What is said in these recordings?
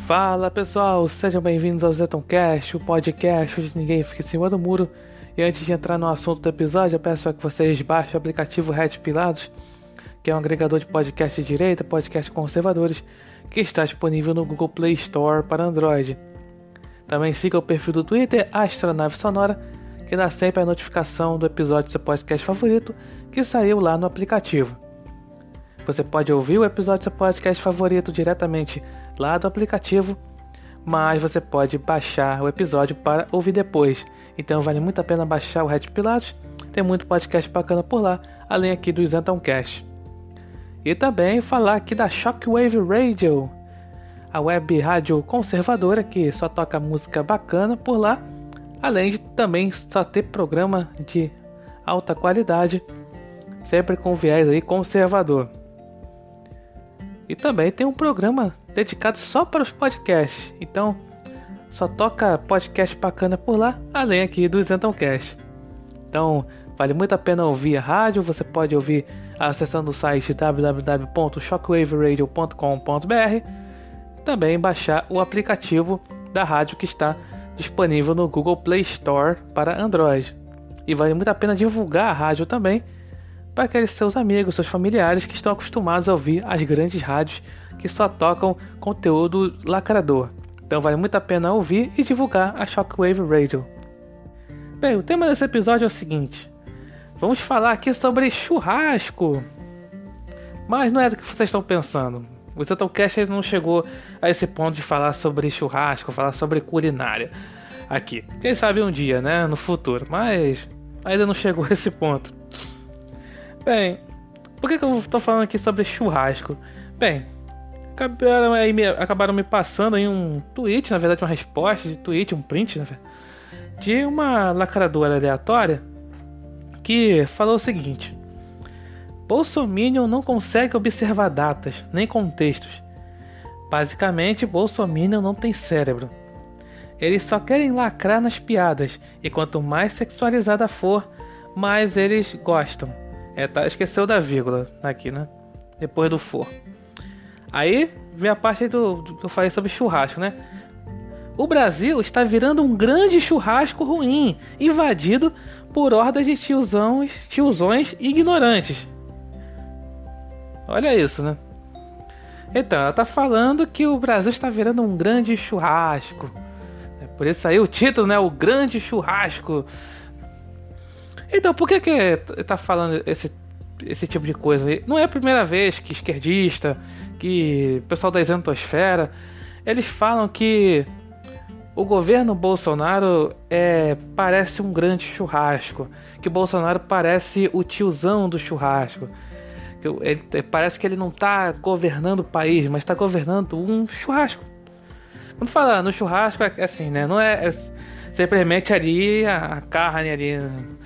Fala pessoal, sejam bem-vindos ao Zetoncast, o podcast onde ninguém fica em cima do muro. E antes de entrar no assunto do episódio, eu peço que vocês baixem o aplicativo Red Pilados, que é um agregador de podcast de direita, podcast conservadores, que está disponível no Google Play Store para Android. Também siga o perfil do Twitter Astronave Sonora, que dá sempre a notificação do episódio do seu podcast favorito que saiu lá no aplicativo. Você pode ouvir o episódio do seu podcast favorito diretamente lá do aplicativo, mas você pode baixar o episódio para ouvir depois. Então vale muito a pena baixar o Red Pilatos, tem muito podcast bacana por lá, além aqui do Zetoncast. E também falar aqui da Shockwave Radio, a web rádio conservadora que só toca música bacana por lá, além de também só ter programa de alta qualidade, sempre com viés aí conservador. E também tem um programa dedicado só para os podcasts, então só toca podcast bacana por lá, além aqui do Zetoncast. Então vale muito a pena ouvir a rádio, você pode ouvir acessando o site www.shockwaveradio.com.br, também baixar o aplicativo da rádio que está disponível no Google Play Store para Android. E vale muito a pena divulgar a rádio também para aqueles seus amigos, seus familiares que estão acostumados a ouvir as grandes rádios que só tocam conteúdo lacrador. Então vale muito a pena ouvir e divulgar a Shockwave Radio. Bem, o tema desse episódio é o seguinte: vamos falar aqui sobre churrasco. Mas não é do que vocês estão pensando. O Zetoncast não chegou a esse ponto de falar sobre churrasco, falar sobre culinária aqui. Quem sabe um dia, né, no futuro, mas ainda não chegou a esse ponto. Bem, por que eu estou falando aqui sobre churrasco? Bem, acabaram me passando aí um tweet, na verdade uma resposta de tweet, um print, de uma lacradora aleatória que falou o seguinte: Bolsominion não consegue observar datas, nem contextos. Basicamente, Bolsominion não tem cérebro. Eles só querem lacrar nas piadas, e quanto mais sexualizada for, mais eles gostam. Esqueceu da vírgula aqui, né? Depois do for. Aí vem a parte do que eu falei sobre churrasco, né? O Brasil está virando um grande churrasco ruim, invadido por hordas de tiozões ignorantes. Olha isso, né? Então, ela está falando que o Brasil está virando um grande churrasco. Por isso aí o título, né? O grande churrasco. Então, por que está falando esse tipo de coisa aí? Não é a primeira vez que esquerdista, que pessoal da isentosfera, eles falam que o governo Bolsonaro parece um grande churrasco, que Bolsonaro parece o tiozão do churrasco, parece que ele não está governando o país, mas está governando um churrasco. Quando fala no churrasco é assim, né? Não é simplesmente ali a carne ali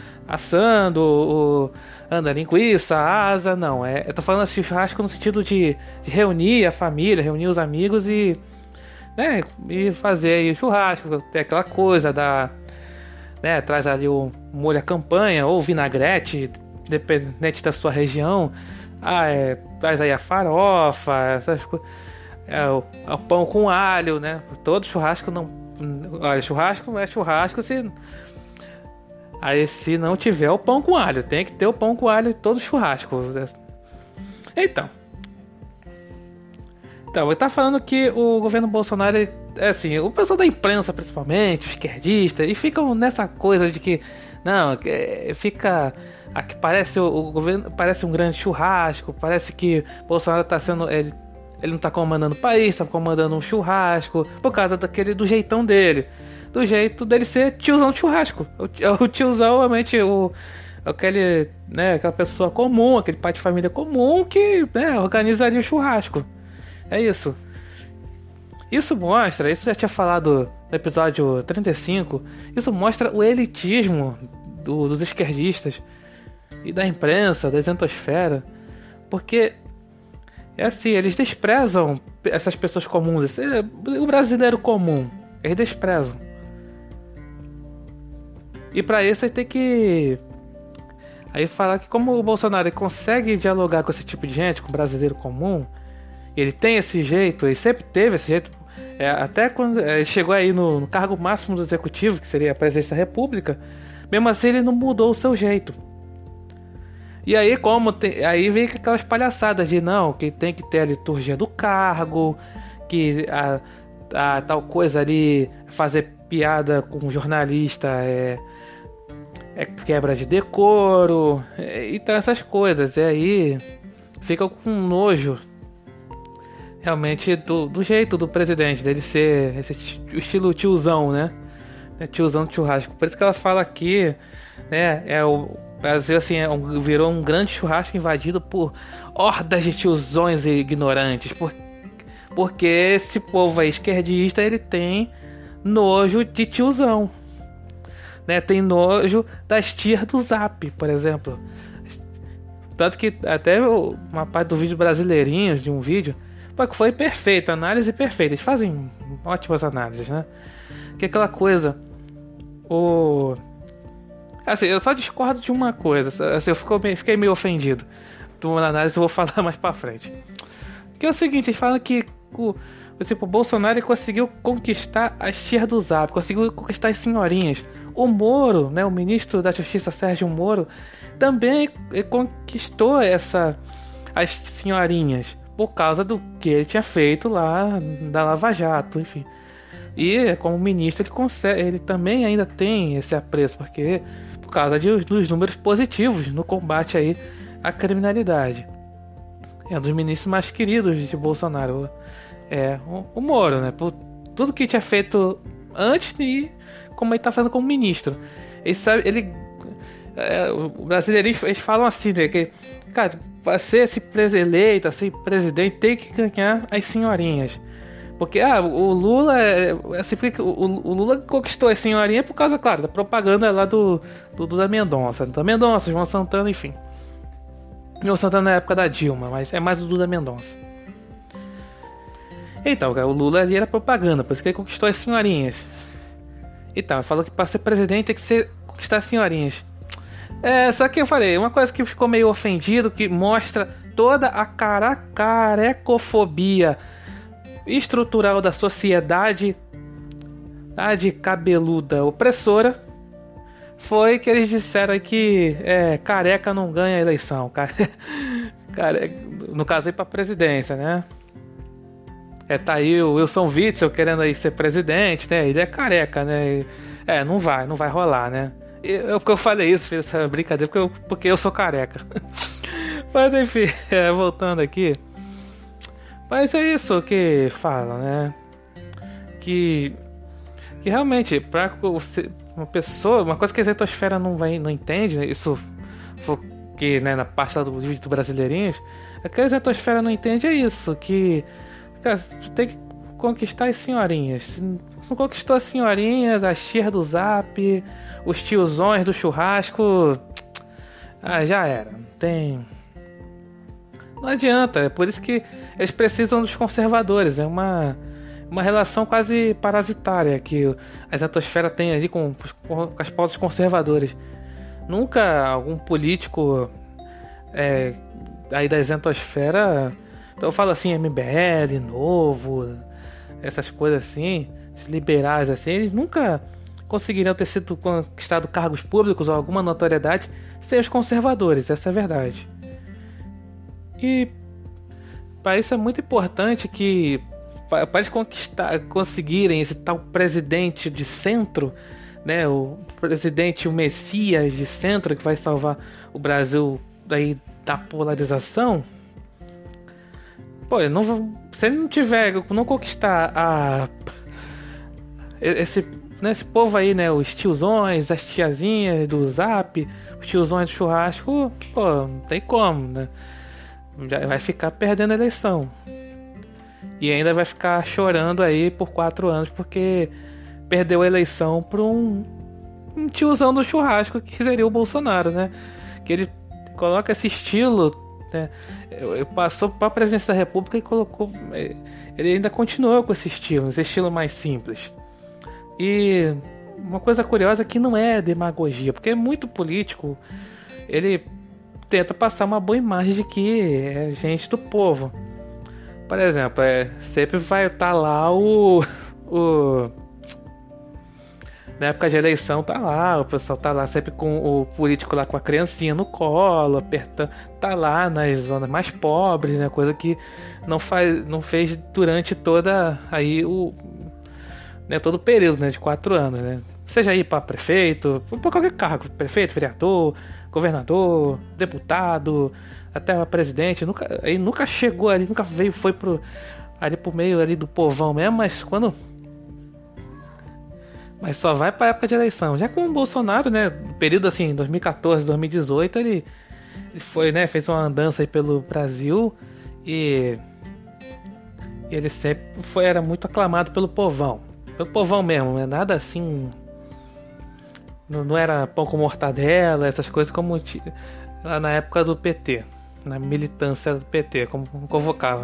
assando, anda linguiça, asa, não. Eu tô falando assim, churrasco no sentido de reunir a família, reunir os amigos e, né, e fazer aí o churrasco, ter aquela coisa né, traz ali o molho à campanha ou vinagrete, dependente da sua região. Traz aí a farofa, essas coisas. O pão com alho, né? Todo churrasco não. Olha, churrasco é churrasco se não tiver o pão com alho. Tem que ter o pão com alho em todo churrasco. Então, ele tá falando que o governo Bolsonaro assim, o pessoal da imprensa principalmente, os esquerdistas, e ficam nessa coisa de que não, fica aqui parece o governo parece um grande churrasco, parece que Bolsonaro tá sendo ele não tá comandando o país, tá comandando um churrasco por causa do jeitão dele. Do jeito dele ser tiozão de churrasco. O tiozão, realmente, aquele, né, aquela pessoa comum, aquele pai de família comum que, né, organizaria o churrasco. É isso. Isso já tinha falado no episódio 35, isso mostra o elitismo dos esquerdistas e da imprensa, da isentosfera, porque assim, eles desprezam essas pessoas comuns, o brasileiro comum, eles desprezam. E para isso ele tem que aí falar que como o Bolsonaro consegue dialogar com esse tipo de gente, com o brasileiro comum, ele tem esse jeito, ele sempre teve esse jeito, Até quando ele chegou aí no cargo máximo do executivo, que seria a presidência da República, mesmo assim ele não mudou o seu jeito. E aí, aí vem aquelas palhaçadas de não, que tem que ter a liturgia do cargo, que a tal coisa ali, fazer piada com jornalista é quebra de decoro, então essas coisas. E aí fica com nojo realmente do jeito do presidente, dele ser esse estilo tiozão, né? Tiozão de churrasco. Por isso que ela fala aqui, né? O Brasil assim, virou um grande churrasco invadido por hordas de tiozões e ignorantes. Porque esse povo aí esquerdista, ele tem nojo de tiozão, né? Tem nojo das tias do Zap, por exemplo. Tanto que até uma parte do vídeo Brasileirinhos, de um vídeo, que foi perfeita, análise perfeita. Eles fazem ótimas análises, né? Que é aquela coisa... Assim, eu só discordo de uma coisa. Assim, fiquei meio ofendido de uma análise, eu vou falar mais pra frente. Que é o seguinte, eles falam que o Bolsonaro conseguiu conquistar as tias do Zap, conseguiu conquistar as senhorinhas. O Moro, né, o ministro da Justiça, Sérgio Moro, também conquistou as senhorinhas por causa do que ele tinha feito lá da Lava Jato, enfim. E como ministro ele também ainda tem esse apreço, porque por causa dos números positivos no combate aí à criminalidade. É um dos ministros mais queridos de Bolsonaro, o Moro, né? Por tudo que tinha feito antes e como ele tá fazendo como ministro. O brasileiro, eles falam assim, né? Que, cara, para ser esse eleito, assim, presidente, tem que ganhar as senhorinhas. Porque, o Lula, assim, porque o Lula conquistou as senhorinhas por causa, claro, da propaganda lá do da Mendonça. Da Mendonça, João Santana, enfim. João Santana na época da Dilma, mas é mais o Duda Mendonça. Então, o Lula ali era propaganda, por isso que ele conquistou as senhorinhas. Então, falou que para ser presidente tem que conquistar as senhorinhas. Só que eu falei, uma coisa que ficou meio ofendido, que mostra toda a carecofobia estrutural da sociedade cabeluda opressora, foi que eles disseram que careca não ganha a eleição. No caso aí pra presidência, né? Tá aí o Wilson Witzel querendo aí ser presidente, né? Ele é careca, né? Não vai rolar, né? Porque eu falei isso, fiz essa brincadeira porque eu sou careca. Mas enfim, voltando aqui. Mas é isso que fala, né? Que realmente, pra uma pessoa, uma coisa que a exatosfera não entende, né? Isso que, né, na parte do vídeo do Brasileirinhos, a que a exatosfera não entende é isso, que, cara, tem que conquistar as senhorinhas. Se não conquistou as senhorinhas, as tias do Zap, os tiozões do churrasco, já era. Não adianta, é por isso que eles precisam dos conservadores. É uma relação quase parasitária que a exatosfera tem ali com as pautas conservadoras. Nunca algum político aí da exatosfera, então eu falo assim, MBL, Novo, essas coisas assim, liberais assim, eles nunca conseguiriam ter sido conquistado cargos públicos ou alguma notoriedade sem os conservadores, essa é a verdade. E para isso é muito importante que, para eles conseguirem esse tal presidente de centro, né, o presidente, o Messias de centro que vai salvar o Brasil daí da polarização, se ele não conquistar esse povo aí, né, os tiozões, as tiazinhas do Zap, os tiozões do churrasco, não tem como, né? Já vai ficar perdendo a eleição. E ainda vai ficar chorando aí por 4 anos porque perdeu a eleição para um tiozão do churrasco que seria o Bolsonaro, né? Que ele coloca esse estilo, né? Passou para a presidência da República e colocou. Ele ainda continuou com esse estilo mais simples. E uma coisa curiosa é que não é demagogia, porque muito político ele tenta passar uma boa imagem de que é gente do povo. Por exemplo, sempre vai estar lá o. Na época de eleição tá lá, o pessoal tá lá sempre com o político lá com a criancinha no colo, apertando, tá lá nas zonas mais pobres, né? Coisa que não fez durante toda aí né, todo o período, né, de 4 anos, né? Seja aí para prefeito, para qualquer cargo, prefeito, vereador, governador, deputado, até presidente, nunca chegou ali, nunca foi ali pro meio ali do povão mesmo, mas só vai pra época de eleição. Já com o Bolsonaro, né, no período assim, 2014, 2018, ele foi, né, fez uma andança aí pelo Brasil e ele sempre era muito aclamado pelo povão. Pelo povão mesmo, né? Nada assim. Não era pão com mortadela, essas coisas como lá na época do PT, na militância do PT, como convocava.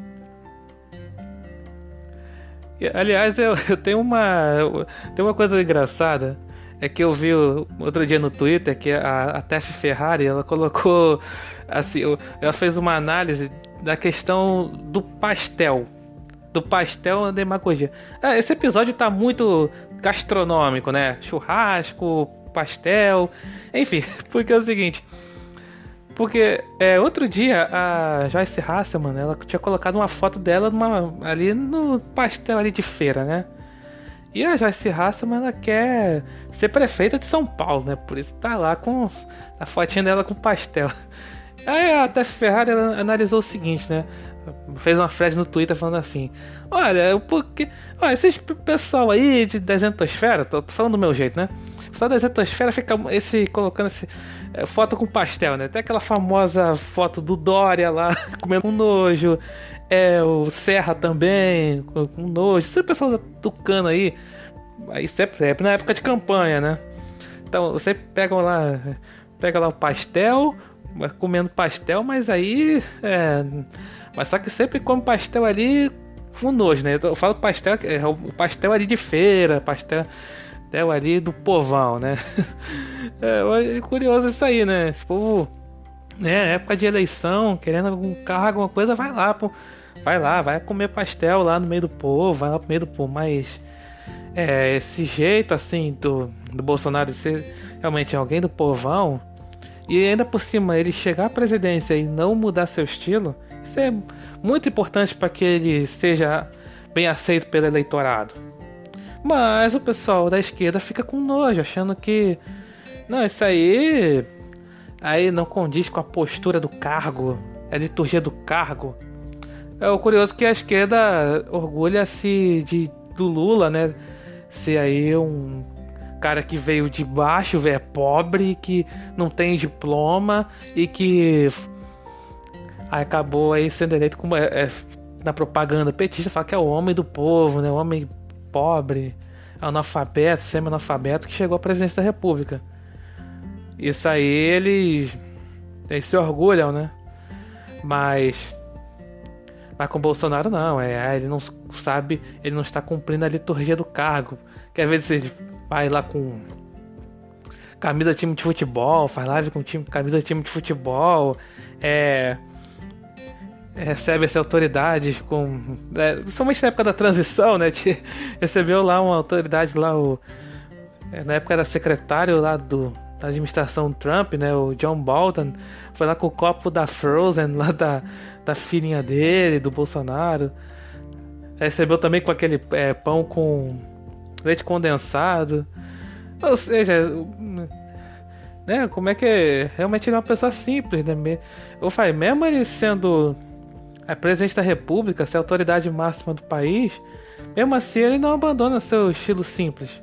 E, aliás, eu tenho uma coisa engraçada, é que eu vi outro dia no Twitter que a Tef Ferrari, ela colocou assim, ela fez uma análise da questão do pastel. Do pastel na demagogia. Esse episódio tá muito gastronômico, né? Churrasco, pastel, enfim, porque é o seguinte. Porque outro dia a Joyce Hasselman, ela tinha colocado uma foto dela ali no pastel ali de feira, né? E a Joyce Hasselman, ela quer ser prefeita de São Paulo, né? Por isso tá lá com a fotinha dela com pastel. Aí a Tef Ferrari, ela analisou o seguinte, né? Fez uma frase no Twitter falando assim: olha, esses pessoal aí de Desentosfera, tô falando do meu jeito, né? O pessoal da Desentosfera fica colocando foto com pastel, né? Até aquela famosa foto do Dória lá comendo um nojo, o Serra também com nojo. Esse pessoal da Tucano aí sempre na época de campanha, né? Então você pega lá o pastel, comendo pastel, mas aí mas só que sempre come pastel ali com nojo, né? Eu falo pastel, o pastel ali de feira, pastel ali do povão, né? É curioso isso aí, né? Esse povo, né? Época de eleição, querendo algum cargo, alguma coisa, vai lá, pô. Vai comer pastel lá no meio do povo, vai lá pro meio do povo, mas esse jeito assim do Bolsonaro de ser realmente alguém do povão, e ainda por cima ele chegar à presidência e não mudar seu estilo, isso é muito importante para que ele seja bem aceito pelo eleitorado. Mas o pessoal da esquerda fica com nojo, achando que não, isso aí não condiz com a postura do cargo, a liturgia do cargo. É o curioso que a esquerda orgulha-se do Lula, né? Ser aí um cara que veio de baixo, é pobre, que não tem diploma e que acabou aí sendo eleito como na propaganda petista, fala que é o homem do povo, né? O homem pobre, analfabeto, semi-analfabeto que chegou à presidência da República. Isso aí eles se orgulham, né? Mas com o Bolsonaro não, ele não sabe, ele não está cumprindo a liturgia do cargo. Que às vezes ele vai lá com camisa de time de futebol, faz live com camisa de time de futebol, recebe essa autoridade principalmente na época da transição, né? Recebeu lá uma autoridade lá, na época era secretário lá da administração Trump, né? O John Bolton foi lá com o copo da Frozen lá da filhinha dele, do Bolsonaro. Recebeu também com aquele pão com leite condensado. Ou seja, né? Como é que realmente ele é uma pessoa simples, né? Eu falei, mesmo ele sendo presidente da República, ser a autoridade máxima do país, mesmo assim ele não abandona seu estilo simples.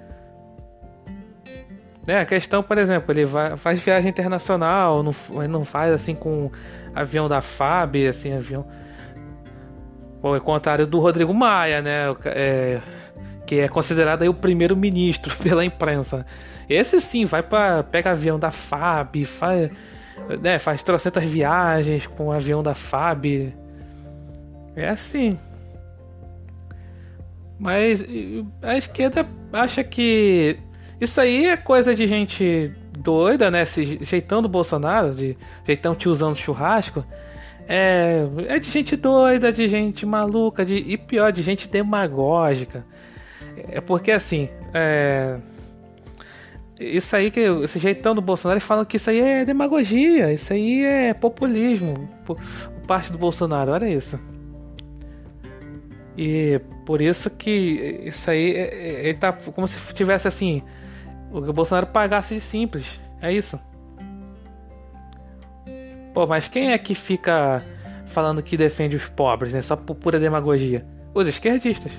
A questão, por exemplo, ele faz viagem internacional, ele não faz assim com avião da FAB, assim, avião. Ao contrário do Rodrigo Maia, né? Que é considerado aí o primeiro-ministro pela imprensa. Esse sim pega avião da FAB, faz trocentas viagens com o avião da FAB. É assim. Mas a esquerda acha que isso aí é coisa de gente doida, né? Esse jeitão do Bolsonaro, de jeitão tiozão do churrasco, É de gente doida, de gente maluca, e pior, de gente demagógica. É porque assim, isso aí, esse jeitão do Bolsonaro, eles falam que isso aí é demagogia, isso aí é populismo por parte do Bolsonaro, olha isso. E por isso que isso aí, ele tá como se tivesse assim, o Bolsonaro pagasse de simples, é isso. Pô, mas quem é que fica falando que defende os pobres, né? Só por pura demagogia? Os esquerdistas.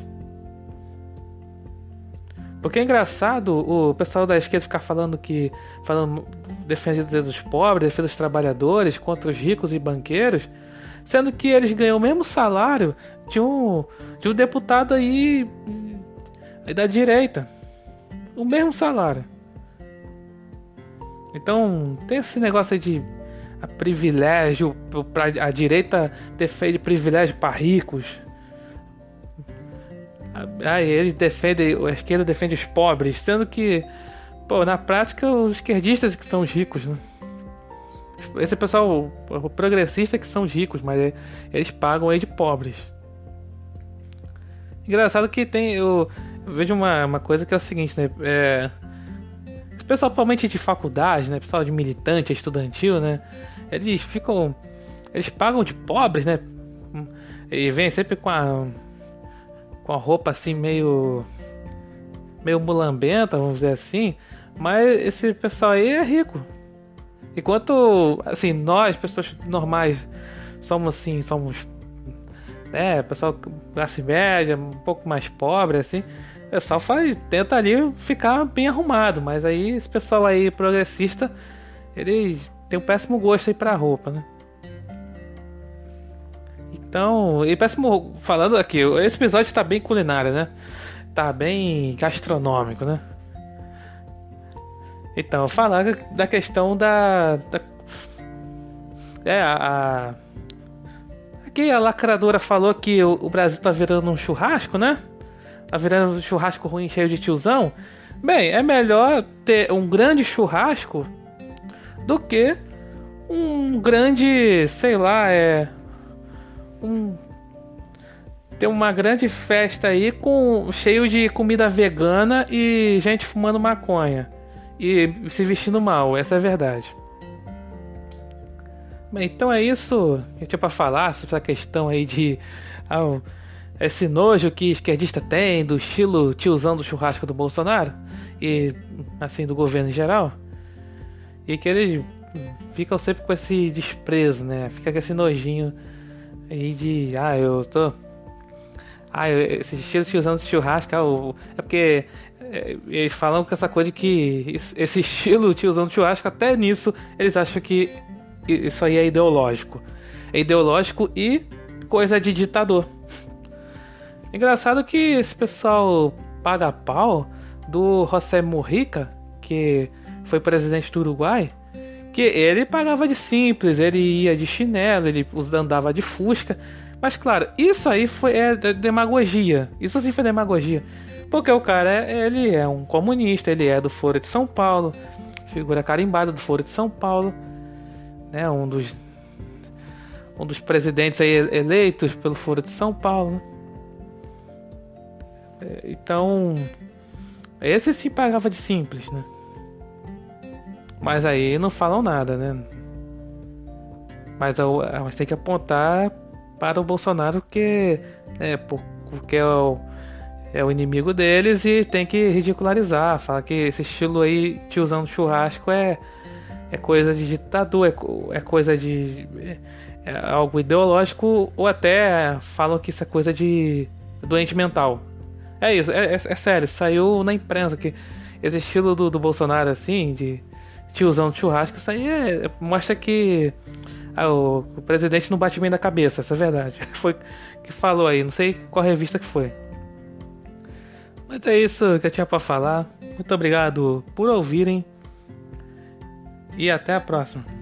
Porque é engraçado o pessoal da esquerda ficar falando defesa dos pobres, defesa dos trabalhadores, contra os ricos e banqueiros, sendo que eles ganham o mesmo salário de um deputado aí da direita. O mesmo salário. Então, tem esse negócio aí de privilégio, a direita defende privilégio para ricos. Eles defendem, a esquerda defende os pobres, sendo que, pô, na prática, os esquerdistas que são os ricos, né? Esse pessoal, o progressista que são os ricos, mas eles pagam aí de pobres. Engraçado que eu vejo uma coisa que é o seguinte, né? Pessoal, provavelmente de faculdade, né? Pessoal de militante, estudantil, né? Eles pagam de pobres, né? E vem sempre com a roupa assim meio mulambenta, vamos dizer assim. Mas esse pessoal aí é rico. Enquanto, assim, nós, pessoas normais, somos pessoal classe média, um pouco mais pobre, assim. O pessoal tenta ali ficar bem arrumado, mas aí esse pessoal aí progressista, eles têm um péssimo gosto aí pra roupa, né? Então, e péssimo, falando aqui, esse episódio tá bem culinário, né? Tá bem gastronômico, né? Então, falar da questão aqui a lacradora falou que o Brasil tá virando um churrasco, né? Tá virando um churrasco ruim, cheio de tiozão. Bem, é melhor ter um grande churrasco do que um grande, sei lá, ter uma grande festa aí cheio de comida vegana e gente fumando maconha e se vestindo mal, essa é a verdade. Bem, então é isso que eu tinha pra falar sobre essa questão aí de esse nojo que esquerdista tem do estilo tiozão do churrasco do Bolsonaro e assim do governo em geral, e que eles ficam sempre com esse desprezo, né? Fica com esse nojinho aí de esse estilo tiozão do churrasco é porque eles falam com essa coisa de que esse estilo tiozão do churrasco, até nisso eles acham que isso aí é ideológico. É ideológico e coisa de ditador. Engraçado que esse pessoal paga pau do José Mujica, que foi presidente do Uruguai, que ele pagava de simples, ele ia de chinelo, ele andava de Fusca. Mas claro, isso aí é demagogia. Isso sim foi demagogia. Porque o cara, ele é um comunista, ele é do Foro de São Paulo, figura carimbada do Foro de São Paulo, né? Um dos presidentes aí eleitos pelo Foro de São Paulo. Então, esse sim pagava de simples, né? Mas aí não falam nada, né? Mas tem que apontar para o Bolsonaro porque é o inimigo deles e tem que ridicularizar, falar que esse estilo aí, tiozão do churrasco, é coisa de ditador, é coisa de algo ideológico, ou até falam que isso é coisa de doente mental. É isso, é sério, saiu na imprensa que esse estilo do Bolsonaro, assim, de tiozão de churrasco, isso aí mostra que o presidente não bate bem na cabeça, essa é a verdade. Foi que falou aí, não sei qual revista que foi. Mas é isso que eu tinha pra falar. Muito obrigado por ouvirem e até a próxima.